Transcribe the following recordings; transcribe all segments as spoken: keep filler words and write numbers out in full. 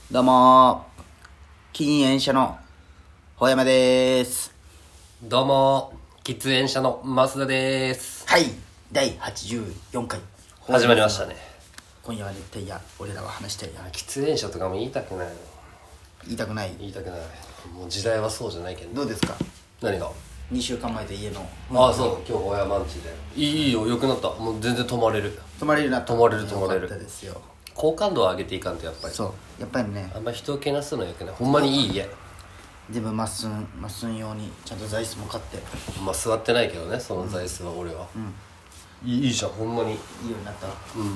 どうも禁煙者のほやまです。 どうも喫煙者の増田です。 はい、だいはちじゅうよんかい始まりましたね。 今夜は熱帯夜、俺らは話したいや。 喫煙者とかも言いたくないの。 言いたくない。 言いたくない。もう時代はそうじゃないけど。 どうですか。 何が。 にしゅうかんまえで家のああそう、今日親マンチでいいよ、よくなった。もう全然泊まれる。 泊まれるな。 泊まれる泊まれる。 よかったですよ。 好感度を上げていかんとやっぱり。 そうやっぱりね、 あんま人をけなすのよくない。ほんまにいい家。 全部まっすんまっすん用にちゃんと座椅子も買って。 まあ座ってないけどね、その座椅子は俺は。うん、いい、いいじゃん、ほんまにいいようになった。 うん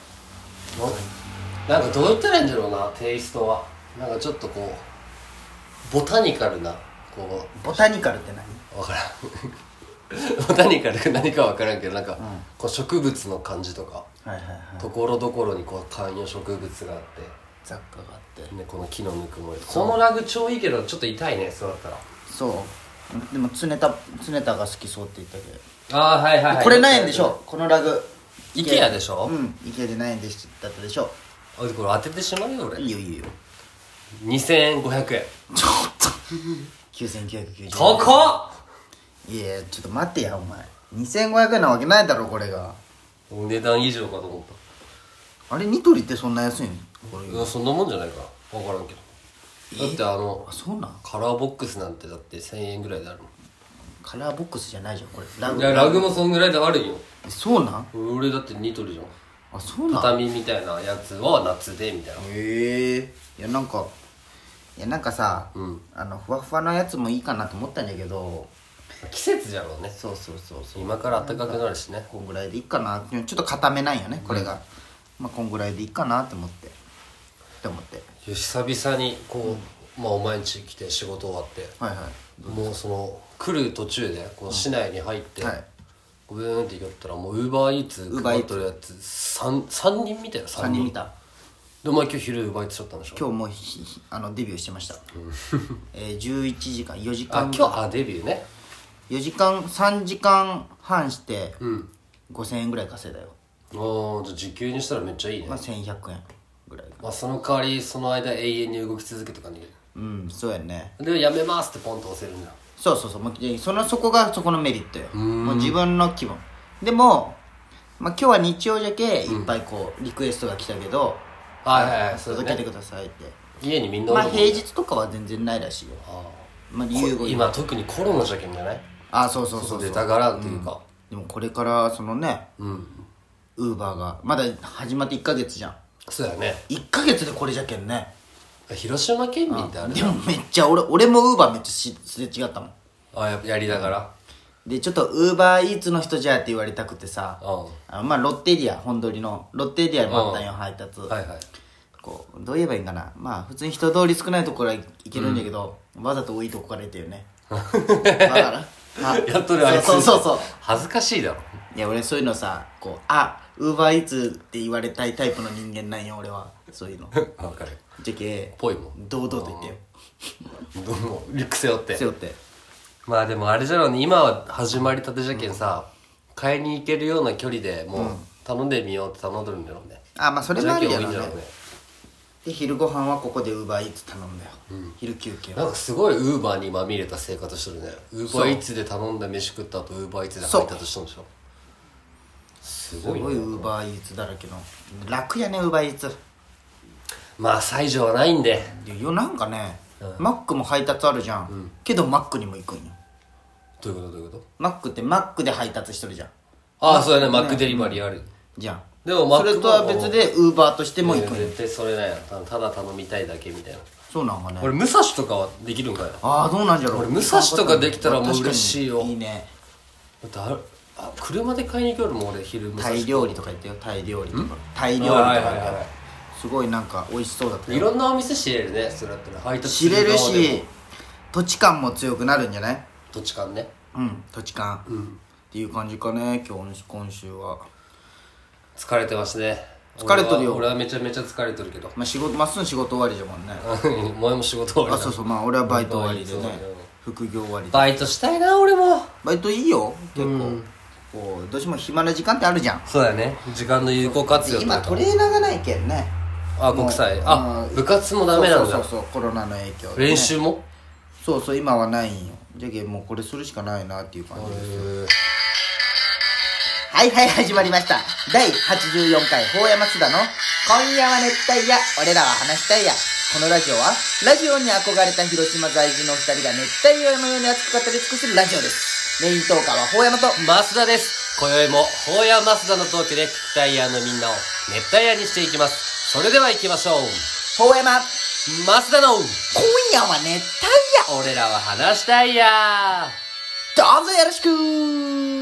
なんかどう言ったらいいんだろうな、テイストは。なんかちょっとこうボタニカルなこう。 ボタニカルって何？ 分からんボタニカル何か分からんけど、なんか、うん、こう植物の感じとか、 はいはいはい、 ところどころにこう観葉植物があって雑貨があって、 ね、この木のぬくもり。このラグ超いいけどちょっと痛いね、そうだったら。 そうでも常田常田が好きそうって言ったけど、ああはいはいはい。 これ何円でしょう、このラグ。 イケアでしょ。 うん、イケアで何円でだったでしょう。 あ、これ当ててしまうよ俺。 いいよいいよ。 にせんごひゃくえん。 ちょっときゅうせんきゅうひゃくきゅうじゅうえん。 高っ。 いやちょっと待ってやお前、にせんごひゃくえんなわけないだろこれが。 お値段以上かと思った。あれニトリってそんな安いのこれ。 いやそんなもんじゃないかな、分からんけど。だってあのあそうなん、 カラーボックスなんてだってせんえんぐらいであるもん。 カラーボックスじゃないじゃんこれ。ラグ。 いやラグもそんぐらいであるよ。 そうなん。 俺だってニトリじゃん。 あそうなん。 畳みたいなやつは夏でみたいな。 へえ。いやなんかいやなんかさ、うん、あのふわふわのやつもいいかなと思ったんだけど、 季節じゃろうね。 そうそうそうそう、 今から暖かくなるしね。 こんぐらいでいいかな。ちょっと固めないよねこれが、うん、まあこんぐらいでいいかなって思ってって思って久々にこう、うん、まあお前ん家来て仕事終わって、はいはい、もうその来る途中でこの市内に入って、うん、はい、ブーンって言ったらもうウーバーイーツ配っとるやつ 3, 3人見たよ。 さんにん見た。 でお前今日昼ウーバーイーツしちゃったんでしょ。 今日もうあのデビューしてました、うんえー、じゅういちじかんよじかん。 あ今日あデビューね。 よじかんさんじかんはんしてごせんえんぐらい稼いだよ。 ああじゃあ時給にしたらめっちゃいいね。 まあせんひゃくえんぐらい。 まあその代わりその間永遠に動き続けてかね。 うんそうやね。 でやめますってポンと押せるんだ。 そうそうそう、もうそのそこがそこのメリットよ。もう自分の気分でも、まあ、今日は日曜じゃけいっぱいこうリクエストが来たけど、 うん、はいはいはい、 届けてくださいって。 家にみんなまあ平日とかは全然ないらしいよ。あ、 まあ、理由が今特にコロナじゃけんじゃない。 あそうそうそうそう、 出たがらんっていうか、 うん、でもこれからそのねウーバーがまだ始まっていっかげつじゃん。 そうやね、 いっかげつでこれじゃけんね。 広島県民ってあれでもめっちゃ俺俺もウーバーめっちゃしすれ違ったもん。 あ や, やりながらでちょっとウーバーイーツの人じゃって言われたくてさ、あまあロッテリア本撮りのロッテリアにもあったんよ配達、はいはい、こうどう言えばいいんかな、まあ普通に人通り少ないところはいけるんだけど、うん、わざと多いとこから行ったよねだからやっとるあいつ。 そうそうそう恥ずかしいだろ。 いや俺そういうのさこうあウーバーイーツって言われたいタイプの人間なんよ俺は。そういうの分かるじゃけぽいもん堂々と言ってよどうもリュック背負って背負ってまあでもあれじゃろうね、今は始まりたてじゃけんさ、うん、買いに行けるような距離でもう頼んでみようって頼んでるんだろうね。 あまあそれもあるやろね。で昼ご飯はここでウーバーイーツ頼んだよ、うん、昼休憩は。 なんかすごいウーバーにまみれた生活してるね。ウーバーイーツで頼んだ飯食った後ウーバーイーツで配達したんでしょ。すごいね。 すごいウーバーイーツだらけの楽やねウーバーイーツ。 まあ西条はないんでよなんかね、うん、マックも配達あるじゃん、うん、けどマックにも行くんよ。 どういうことどういうこと。 マックってマックで配達しとるじゃん。 ああそうやね、マックデリバリーある、うん、 じゃん。 でもマックそれとは別でウーバーとしても行くんよ。 絶対それなんや、ただ頼みたいだけみたいな。 そうなんかね。 俺武蔵とかはできるんかいな。 ああどうなんじゃろう。 俺武蔵とかできたらもう嬉しいよ。 いいね。 だあ車で買いに行くよりも俺昼武蔵。 タイ料理とか言ってよ。タイ料理とかタイ料理とか、はいはいはいはい、すごいなんか美味しそうだったよ。 いろんなお店知れるねそれだったら。配達知れるし土地感も強くなるんじゃない。 土地感ね。 うん土地感、うん、っていう感じかね今日今週は。 疲れてますね。 疲れとるよ。 俺はめちゃめちゃ疲れとるけど、 まあ仕事まっすぐ仕事終わりじゃもんねお前も仕事終わりだ。 あそうそう、まあ俺はバイト終わりでね、副業終わりで。 バイトしたいな俺も。 バイトいいよ結構、うん、こうどうしても暇な時間ってあるじゃん。 そうだね、時間の有効活用。 今トレーナーがないけんね。 あ国際あ部活もダメなんだ。 そうそうそうコロナの影響で、 ね、練習もそうそう今はないんよ。じゃけもうこれするしかないなっていう感じです。はいはい始まりました。だいはちじゅうよんかい法山津田の今夜は熱帯夜俺らは話したいや。このラジオはラジオに憧れた広島在住のふたりが熱帯夜のように熱く語り尽くすラジオです。メイントーカーは法山と増田です。今宵も法山増田のトークで聞きたいやのみんなを熱帯夜にしていきます。それでは行きましょう。 法山増田の今夜は熱帯夜俺らは話したいや。 どうぞよろしく。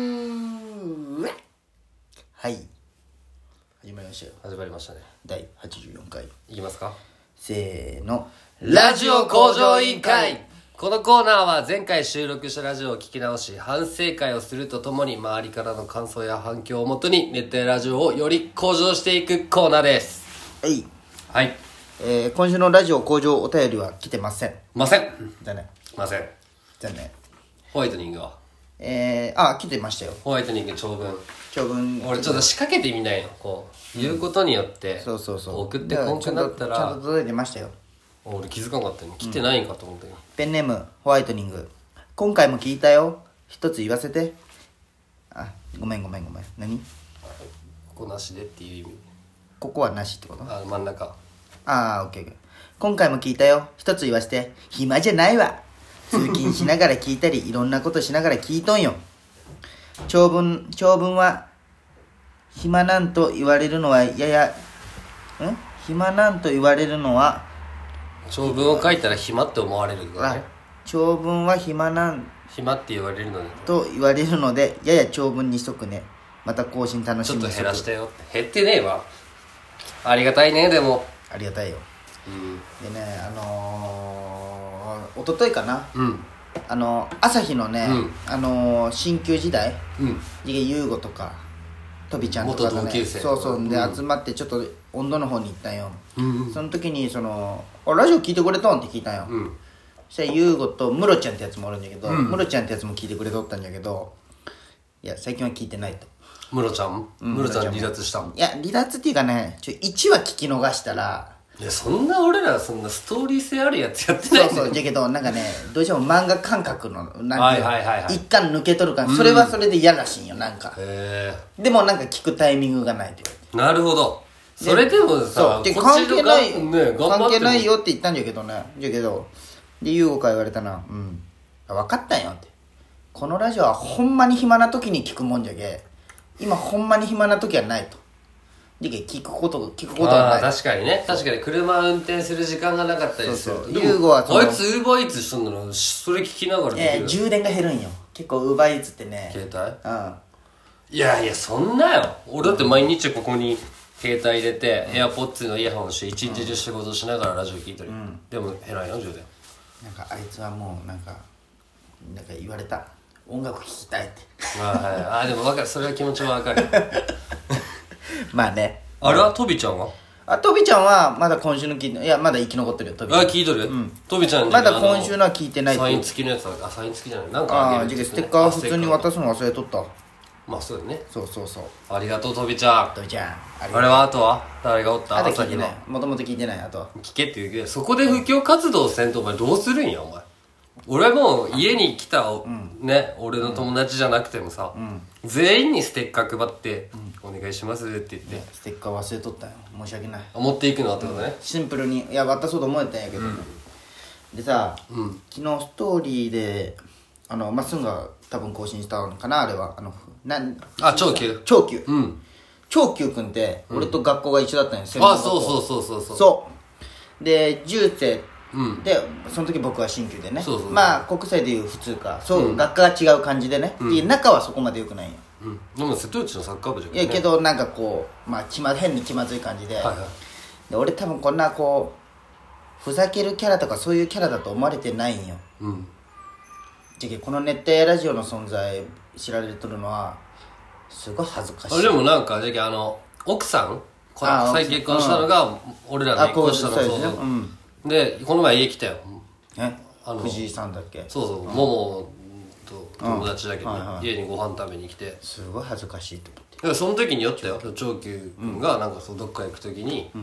はい始まりましたよ。 始まりましたね。 だいはちじゅうよんかいいきますか。 せーのラジオ向上委員会。このコーナーは前回収録したラジオを聞き直し反省会をするとともに周りからの感想や反響をもとに熱帯ラジオをより向上していくコーナーです。 はいはい、 えー、今週のラジオ向上お便りは来てません。 ません残念ません残念。 ホワイトニングはえー、あ来てましたよ。 ホワイトニング長文長文俺ちょっと仕掛けてみないのこう、うん、言うことによってそうそうそう送ってこんくなったらちゃんと届いてましたよ。 俺気づかなかったの来てないんかと思ったよ、うん、 ペンネームホワイトニング。今回も聞いたよ。一つ言わせて。あごめんごめんごめん何ここなしでっていう意味。 ここはなしってこと。 あ真ん中。 ああオッケーオッケー。今回も聞いたよ。一つ言わせて。暇じゃないわ。通勤しながら聞いたりいろんなことしながら聞いとんよ。長文長文は暇なんと言われるのはややん暇なんと言われるのは長文を書いたら暇って思われるからね。 長文は暇なん暇って言われるのでと言われるのでやや長文にしとくね。また更新楽しみにしとく。 ちょっと減らしたよって。減ってねえわ。ありがたいね。でもありがたいよ、 うん、 でねあのー、一昨日かな、 うんあの朝日のね、うん、あのー、新旧時代、 うん、 優吾とかとびちゃんとかがねそうそうで、うん、集まってちょっと温度の方に行ったんよ、うんうん、その時にそのラジオ聞いてくれとんって聞いたんよ、うん、そしたら優吾とムロちゃんってやつもおるんだけど、うん、ムロちゃんってやつも聞いてくれとったんだけどいや最近は聞いてないと。 ムロちゃん、うん、ムロちゃん離脱したん。 いや離脱っていうかねちょいちわ聞き逃したらいやそんな俺らそんなストーリー性あるやつやってないんだよ。 そうそうだけどなんかねどうしても漫画感覚のなんか、はいはいはいはい、一巻抜け取るからそれはそれで嫌らしいんよなんか。へでもなんか聞くタイミングがないって言われて。 なるほど。それでもさで関係ない、ね、関係ないよって言ったんだけどねだけどで優吾から言われたなうん分かったんよってこのラジオはほんまに暇な時に聞くもんじゃけ今ほんまに暇な時はないとで聞くこと聞くことはない。 あ確かにね確かに車運転する時間がなかったりする。 そうそう優吾はそのあいつウーバーイーツしとんだのそれ聞きながらできる、 えー、充電が減るんよ結構ウーバーイーツってね携帯うんいやいやそんなよ俺だって毎日ここに携帯入れて、うん、エアポッツのイヤホンして一日中仕事しながらラジオ聞いてる、うん、でも減らんよ充電。 なんかあいつはもうなんかなんか言われた音楽聴きたいってあ、はい、あでも分かるそれは気持ちは分かるまあねあれはトビちゃんはあトビちゃんはまだ今週の聞いていやまだ生き残ってるよトビちゃん。 あ聞いとる、うん、トビちゃんまだ今週のは聞いてないサイン付きのやつあサイン付きじゃないなんかあげる、ね、あステッカー普通に渡すの忘れとった。 まあそうだねそうそうそうありがとうトビちゃん。 トビちゃんあれはあとは誰がおった。 あと聞いてないもともと聞いてないあと聞けって言うけどそこで布教活動せんとお前どうするんやお前。俺も家に来た、うん、ね俺の友達じゃなくてもさ、うん、全員にステッカー配って、うん、お願いしますって言って、ね、 ステッカー忘れとったよ申し訳ない。 持っていくのってことね、 うん、シンプルにいや渡そうと思えたんやけど、うん、でさ、うん、昨日ストーリーであのまっすんが多分更新したのかなあれはあのなんあ長久長久うん長久くんって俺と学校が一緒だったんですよ、うん、あそうそうそうそうそうそうでじゅう世うん、でその時僕は新旧でねそうそうそうまあ国際でいう普通かそう、うん、学科が違う感じでね、うん、で中はそこまでよくないんよ、 うん、でも瀬戸内のサッカー部じゃん、 ね、いやけどなんかこう、まあ、気ま変に気まずい感じで、はいはい、で俺多分こんなこうふざけるキャラとかそういうキャラだと思われてないんよ、うん、じゃあこの熱帯ラジオの存在知られてるのはすごい恥ずかしい。 でもなんかじゃああの奥さん最近結婚したのが、うん、俺らの結婚したのそうそう、うんでこの前家来たよえあの藤井さんだっけ。 そうそう、うん、ももと友達だけど、うんはいはい、家にご飯食べに来てすごい恥ずかしいと思ってその時に酔ったよ長久君がなんかそうどっか行く時に、うん、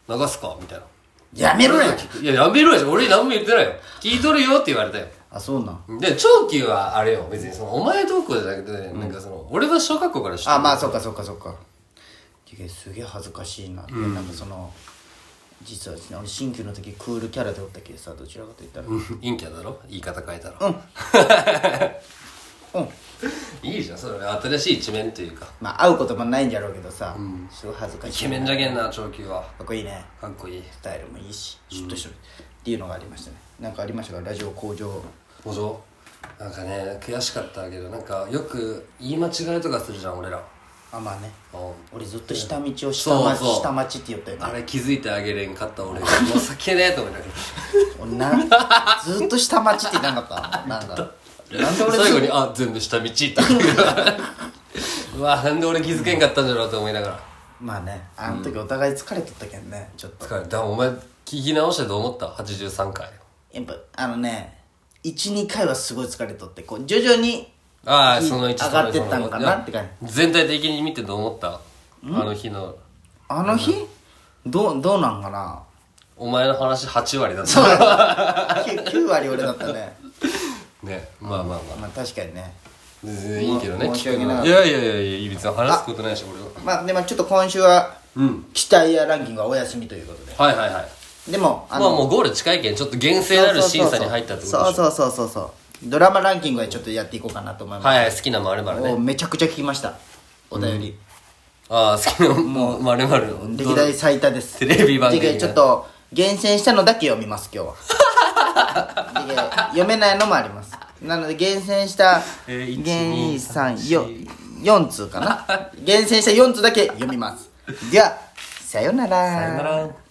流すかみたいな。 やめろよ。 いや、やめろよ。俺何も言ってないよ。聞いとるよって言われたよ。 あ、そうなん。 で、長期はあれよ。別にその、お前どうこうじゃなくて、ね、うん、なんかその、俺は小学校から知ってる。 あ、まあ、そっかそっかそっか。すげえ恥ずかしいなって、うん、なんかその、実はですね、俺新旧の時クールキャラでおったけどさ、どちらかと言ったら。 うん、陰キャだろ言い方変えたら。 うん。うん。 いいじゃん、それ新しい一面というか。 まあ会うこともないんじゃろうけどさ、うん、すごい恥ずかしい。 イケメンじゃけんな、長久は。 かっこいいね。 かっこいい。 スタイルもいいし、シュッとしてる、うん、っていうのがありましたね。なんかありましたか、ラジオ向上。 向上なんかね、悔しかったけど、なんかよく言い間違いとかするじゃん、俺ら。 あ、まあね。俺ずっと下道を下町、そうそう下町って言ったよね。 あれ気づいてあげれんかった俺が。もう酒ねえと思って俺な、ずっと下町って言わなかったなんだなんで俺最後に、あ、全部下道って言ううわ、なんで俺気づけんかったんだろうと思いながら。 まあね、あの時お互い疲れとったけんね、ちょっと疲れた。お前聞き直してどう思った？はちじゅうさんかい。 やっぱあのね、いち、にかいはすごい疲れとって、こう徐々にああ、その上がってったのかなって感じ。全体的に見てどう思った？あの日の。 あの日、うん、どう、どうなんかな。 お前の話はちわりだった。 そうだね。きゅうわり俺だったね。 ね、まあまあまあ。 まあ確かにね。 全然いいけどね。 申し訳ない。 いやいやいやいや、別に話すことないし、俺は。 まあでもちょっと今週は、うん。期待やランキングはお休みということで。 はいはいはい。 でも、 あの、まあもうゴール近いけん、ちょっと厳正なる審査に入ったってことでしょ。 そうそうそうそう。ドラマランキングはちょっとやっていこうかなと思います。 はいはい、好きなまるまるね。 めちゃくちゃ聞きました。お便り。 ああ、好きなまるまるの。 歴代最多です。 テレビ番組。 ちょっと、厳選したのだけ読みます、今日は。読めないのもあります。なので、厳選した、いち、に、さん、よん通かな。厳選したよん通だけ読みます。では、さよなら。 さよなら。